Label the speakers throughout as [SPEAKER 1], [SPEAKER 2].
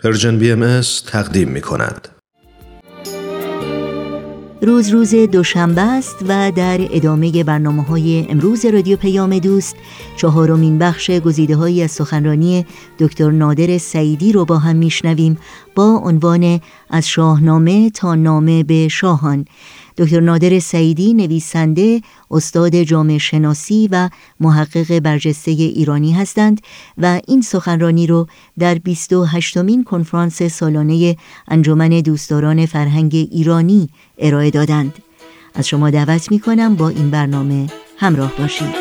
[SPEAKER 1] پرژن BMS تقدیم می‌کند.
[SPEAKER 2] روز دوشنبه است و در ادامه برنامه‌های امروز رادیو پیام دوست 4مین بخش گزیده‌هایی از سخنرانی دکتر نادر سعیدی رو با هم میشنویم با عنوان از شاهنامه تا نامه به شاهان. دکتر نادر سعیدی نویسنده، استاد جامعه شناسی و محقق برجسته ایرانی هستند و این سخنرانی رو در 28مین کنفرانس سالانه انجمن دوستداران فرهنگ ایرانی ارائه دادند. از شما دعوت می‌کنم با این برنامه همراه باشید.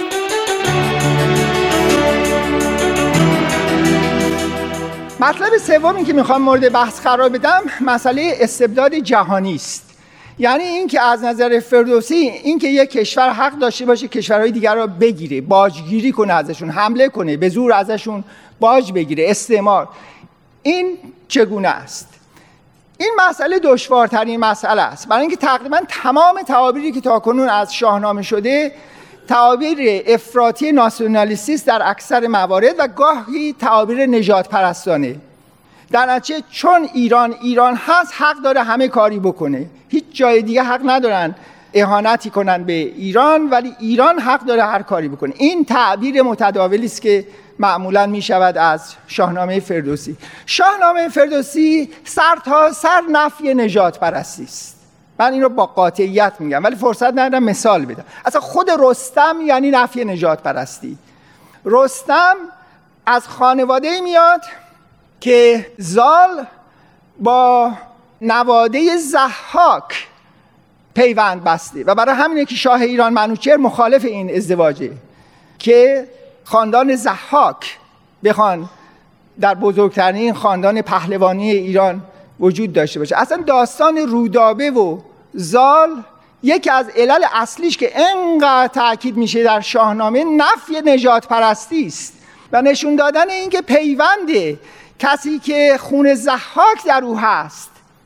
[SPEAKER 3] مطلب سومی که میخوام مورد بحث قرار بدم مسئله استبداد جهانی است. یعنی این که از نظر فردوسی این که یک کشور حق داشته باشه کشورهای دیگر را بگیره، باجگیری کنه، ازشون حمله کنه، به زور ازشون باج بگیره، استعمار، این چگونه است؟ این مسئله دشوارترین مسئله است، برای اینکه تقریبا تمام تعابیری که تاکنون از شاهنامه شده تعابیر افراطی ناسیونالیستی است در اکثر موارد و گاهی تعابیر نژاد پرستانه. در نتیجه چون ایران هست حق داره همه کاری بکنه، هیچ جای دیگه حق ندارن اهانتی کنن به ایران، ولی ایران حق داره هر کاری بکنه. این تعبیر متداولی است که معمولا می شود از شاهنامه فردوسی. شاهنامه فردوسی سر تا سر نفی نژاد پرستی است. من این رو با قاطعیت میگم ولی فرصت ندارم مثال بدم. اصلا خود رستم یعنی نفی نژاد پرستی. رستم از خانواده میاد که زال با نواده ضحاک پیوند بسته و برای همینه که شاه ایران منوچهر مخالف این ازدواجه که خاندان ضحاک بخوان در بزرگترین خاندان پهلوانی ایران وجود داشته باشه. اصلا داستان رودابه و زال یکی از علل اصلیش که انقدر تاکید میشه در شاهنامه نفی نژاد پرستی است و نشون دادن این که پیوند کسی که خون ضحاک در او هست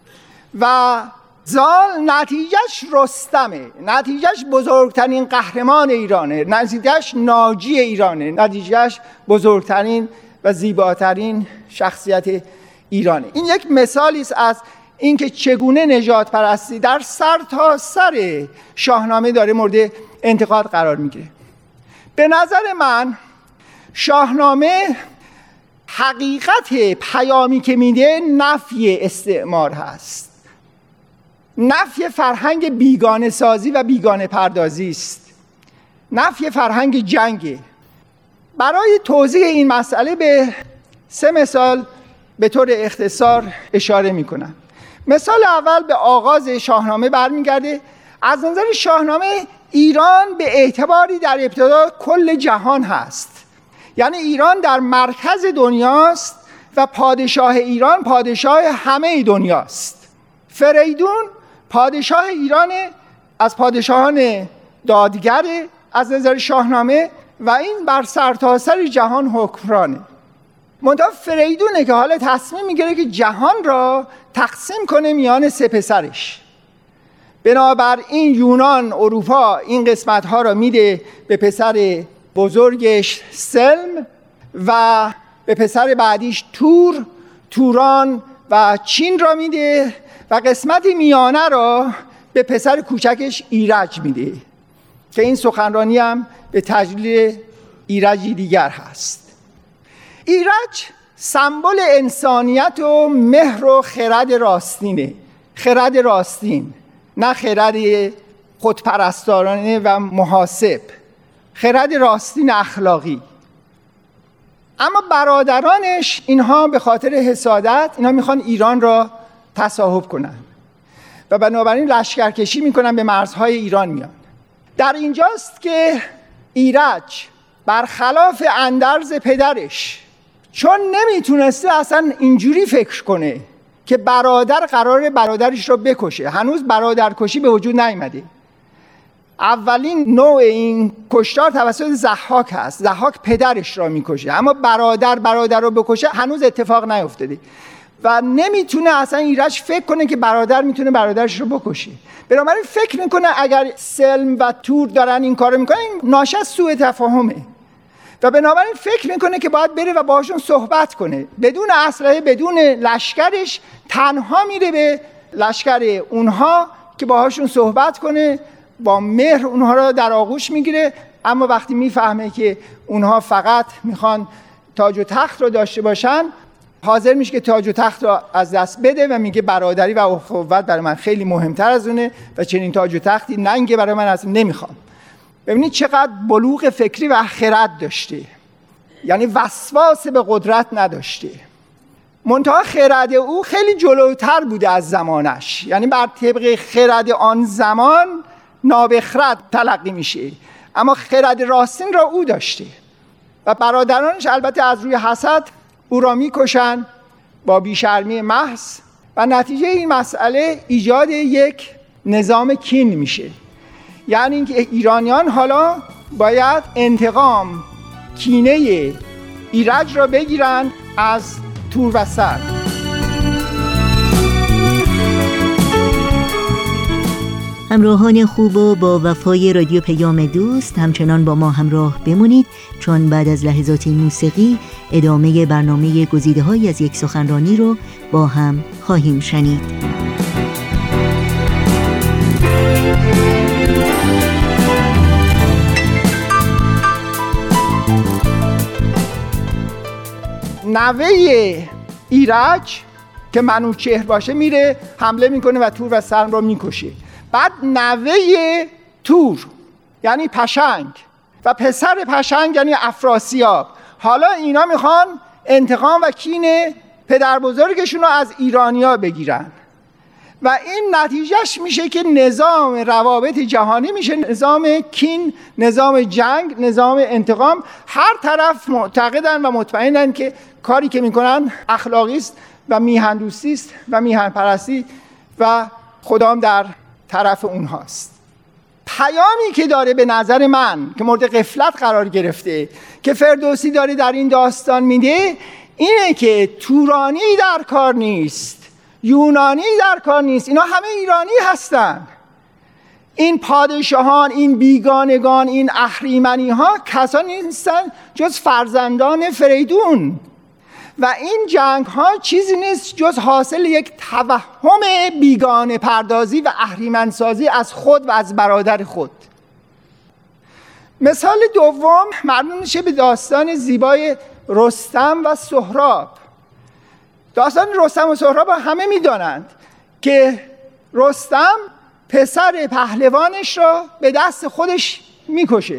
[SPEAKER 3] و زال نتیجهش رستمه، نتیجهش بزرگترین قهرمان ایرانه، نتیجهش ناجی ایرانه، نتیجهش بزرگترین و زیباترین شخصیت ایرانه. این یک مثالی است از اینکه چگونه نژاد پرستی در سر تا سر شاهنامه داره مورد انتقاد قرار میگیره. به نظر من شاهنامه حقیقت پیامی که میده نفی استعمار هست، نفی فرهنگ بیگانه سازی و بیگانه پردازی است، نفی فرهنگ جنگ. برای توضیح این مسئله به 3 مثال به طور اختصار اشاره میکنم. مثال اول به آغاز شاهنامه برمیگرده. از نظر شاهنامه ایران به اعتباری در ابتدا کل جهان هست، یعنی ایران در مرکز دنیاست و پادشاه ایران پادشاه همه دنیاست. فریدون پادشاه ایران، از پادشاهان دادگر از نظر شاهنامه و این بر سرتاسر جهان حکمرانه. منتها فریدونه که حالا تصمیم میگیره که جهان را تقسیم کنه میان 3 پسرش. بنابراین یونان، اروپا این قسمت ها را میده به پسر بزرگش سلم و به پسر بعدیش توران و چین را میده و قسمت میانه را به پسر کوچکش ایرج میده که این سخنرانی هم به تجلیل ایرجی دیگر هست. ایرج سمبل انسانیت و مهر و خرد راستینه، خرد راستین، نه خرد خودپرستارانه و محاسب، خرد راستین اخلاقی. اما برادرانش اینها به خاطر حسادت اینها میخوان ایران را تصاحب کنن و بنابراین لشکرکشی میکنن، به مرزهای ایران میان. در اینجاست که ایرج برخلاف اندرز پدرش، چون نمیتونسته اصلا اینجوری فکر کنه که برادر قراره برادرش رو بکشه، هنوز برادرکشی به وجود نیامده. اولین نوع این کشتار توسط ضحاک هست، ضحاک پدرش را میکشه، اما برادر رو بکشه هنوز اتفاق نیفتاده و نمیتونه اصلا ایرج فکر کنه که برادر میتونه برادرش رو بکشه. بنابراین فکر میکنه اگر سلم و تور دارن این کارو میکنن ناشی از سوء تفاهمه و بنابراین فکر میکنه که باید بره و باهاشون صحبت کنه. بدون اسلحه، بدون لشکرش، تنها میره به لشکر اونها که باهاشون صحبت کنه، با مهر اونها رو در آغوش میگیره. اما وقتی میفهمه که اونها فقط میخوان تاج و تخت رو داشته باشن، حاضر میشه که تاج و تخت رو از دست بده و میگه برادری و اخوت برای من خیلی مهمتر از اونه و چنین تاج و تختی ننگه برای من اصلا نمیخوام. ببینید چقدر بلوغ فکری و خرد داشته، یعنی وسواس به قدرت نداشته. منتها خرد او خیلی جلوتر بوده از زمانش، یعنی بر طبق خرد آن زمان نابخرد تلقی میشه، اما خرد راستین را او داشته و برادرانش البته از روی حسد او را میکشن با بیشرمی محض و نتیجه این مسئله ایجاد یک نظام کین میشه. یعنی اینکه ایرانیان حالا باید انتقام کینه ایرج را بگیرن از تور و سر.
[SPEAKER 2] همراهان خوب و با وفای رادیو پیام دوست همچنان با ما همراه بمونید، چون بعد از لحظاتی موسیقی ادامه برنامه گزیده‌هایی از یک سخنرانی رو با هم خواهیم شنید.
[SPEAKER 3] نوه ایرج که منوچهر باشه میره حمله میکنه و تور و سرم رو میکشه. بعد نوه تور یعنی پشنگ و پسر پشنگ یعنی افراسیاب، حالا اینا میخوان انتقام و کین پدر بزرگشون رو از ایرانیا بگیرن و این نتیجهش میشه که نظام روابط جهانی میشه نظام کین، نظام جنگ، نظام انتقام. هر طرف معتقدن و مطمئنن که کاری که میکنن اخلاقی است و میهن دوستی است و میهن پرستی و خدام در طرف اونهاست. پیامی که داره به نظر من که مورد غفلت قرار گرفته که فردوسی داره در این داستان میده اینه که تورانی در کار نیست، یونانی در کار نیست، اینا همه ایرانی هستن. این پادشاهان، این بیگانگان، این اهریمنی ها کسانی نیستن جز فرزندان فریدون و این جنگ ها چیزی نیست جز حاصل یک توهم بیگانه پردازی و اهریمن سازی از خود و از برادر خود. مثال دوم مربوط میشه به داستان زیبای رستم و سهراب. داستان رستم و سهراب همه میدانند که رستم پسر پهلوانش را به دست خودش میکشه.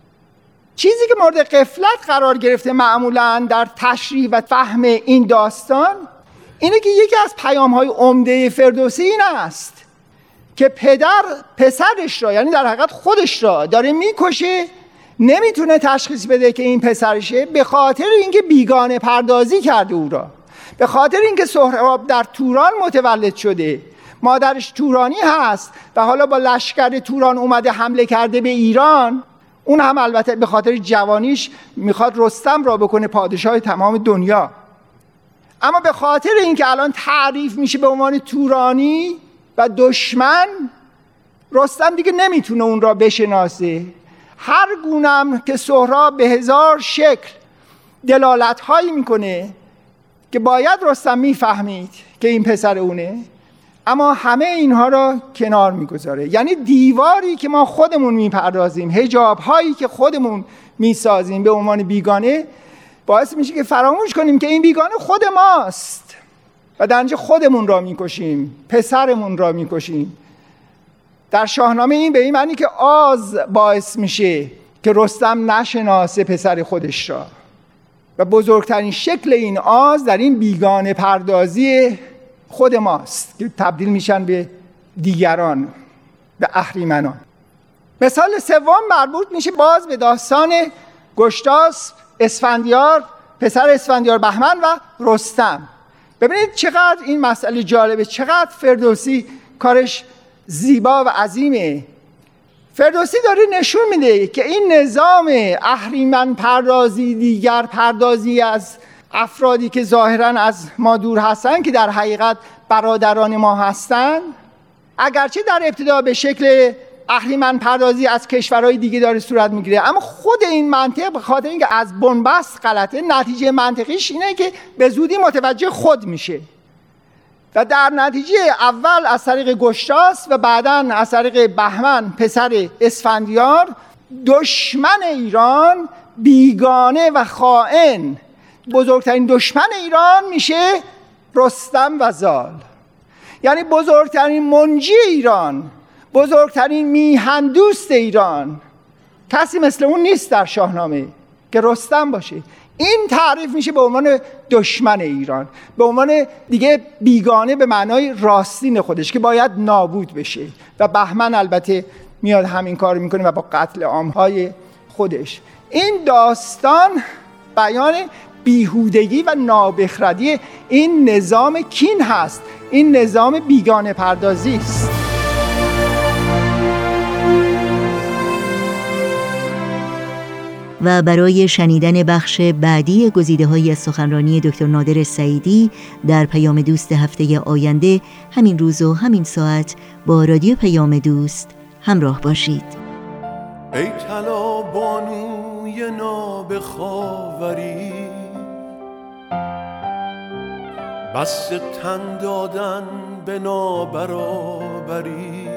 [SPEAKER 3] چیزی که مورد غفلت قرار گرفته معمولاً در تشریح و فهم این داستان اینه که یکی از پیام‌های عمده فردوسی این است که پدر پسرش را، یعنی در حقیقت خودش را داره میکشه، نمیتونه تشخیص بده که این پسرشه به خاطر اینکه بیگانه پردازی کرده او را، به خاطر اینکه سهراب در توران متولد شده، مادرش تورانی هست و حالا با لشکر توران اومده حمله کرده به ایران. اون هم البته به خاطر جوانیش میخواد رستم را بکنه پادشاه تمام دنیا، اما به خاطر اینکه الان تعریف میشه به عنوان تورانی و دشمن، رستم دیگه نمیتونه اون را بشناسه. هر گونم که سهراب به هزار شکل دلالت هایی میکنه که باید رستم میفهمید که این پسر اونه، اما همه اینها را کنار میگذاره. یعنی دیواری که ما خودمون میپردازیم، حجاب هایی که خودمون میسازیم به عنوان بیگانه، باعث میشه که فراموش کنیم که این بیگانه خود ماست و در اینجا خودمون را میکشیم، پسرمون را میکشیم. در شاهنامه این به این معنی که آز باعث میشه که رستم نشناسه پسر خودش را و بزرگترین شکل این آز در این بیگانه پردازی خود ماست که تبدیل میشن به دیگران، به اهریمنان. مثال سوم مربوط میشه باز به داستان گشتاسپ، اسفندیار، پسر اسفندیار بهمن و رستم. ببینید چقدر این مسئله جالبه، چقدر فردوسی کارش زیبا و عظیمه. فردوسی داره نشون میده که این نظام اهریمن پردازی، دیگر پردازی از افرادی که ظاهراً از ما دور هستن که در حقیقت برادران ما هستن، اگرچه در ابتدا به شکل اهریمن پردازی از کشورهای دیگه داره صورت میگیره، اما خود این منطق به خاطر اینکه از بنبست غلطه، نتیجه منطقیش اینه که به زودی متوجه خود میشه و در نتیجه اول از طریق گشتاس و بعداً از طریق بهمن پسر اسفندیار دشمن ایران، بیگانه و خائن، بزرگترین دشمن ایران میشه رستم و زال. یعنی بزرگترین منجی ایران، بزرگترین میهن دوست ایران، کسی مثل اون نیست در شاهنامه که رستم باشه. این تعریف میشه به عنوان دشمن ایران، به عنوان دیگه بیگانه به معنای راستین خودش که باید نابود بشه و بهمن البته میاد همین کار میکنه و با قتل عامهای خودش. این داستان بیان بیهودگی و نابخردی این نظام کین هست، این نظام بیگانه پردازی است.
[SPEAKER 2] و برای شنیدن بخش بعدی گزیده‌هایی از سخنرانی دکتر نادر سعیدی در پیام دوست هفته آینده همین روز و همین ساعت با رادیو پیام دوست همراه باشید.
[SPEAKER 4] ای طلا بانوی نابخاوری، بس تن دادن به نابرابری،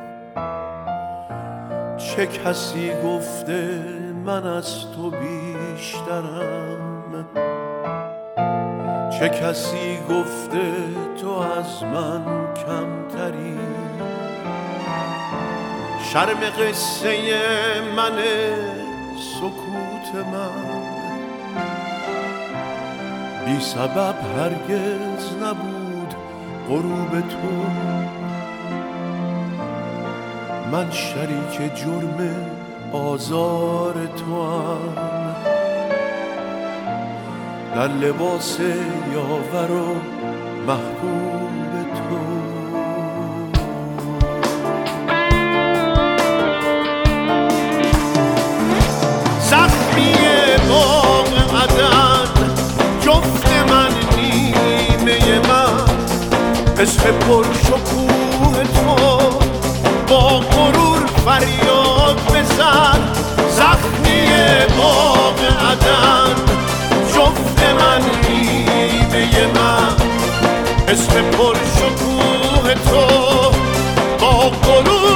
[SPEAKER 4] چه کسی گفته من از تو بیشترم، چه کسی گفته تو از من کمتری، شرم قصه من سکوت من، بی سبب هرگز نبود غروب تو، من شریک جرم آزار تو هم، در لباس یاور و محبوب تو. زخمی باغ عدن جفت من، نیمه من، عشق پر شکوه تو، با غرور فریاد بزن. زخمی باغ عدن جفت من، نیمه من، عشق پر شکوه تو، با غرور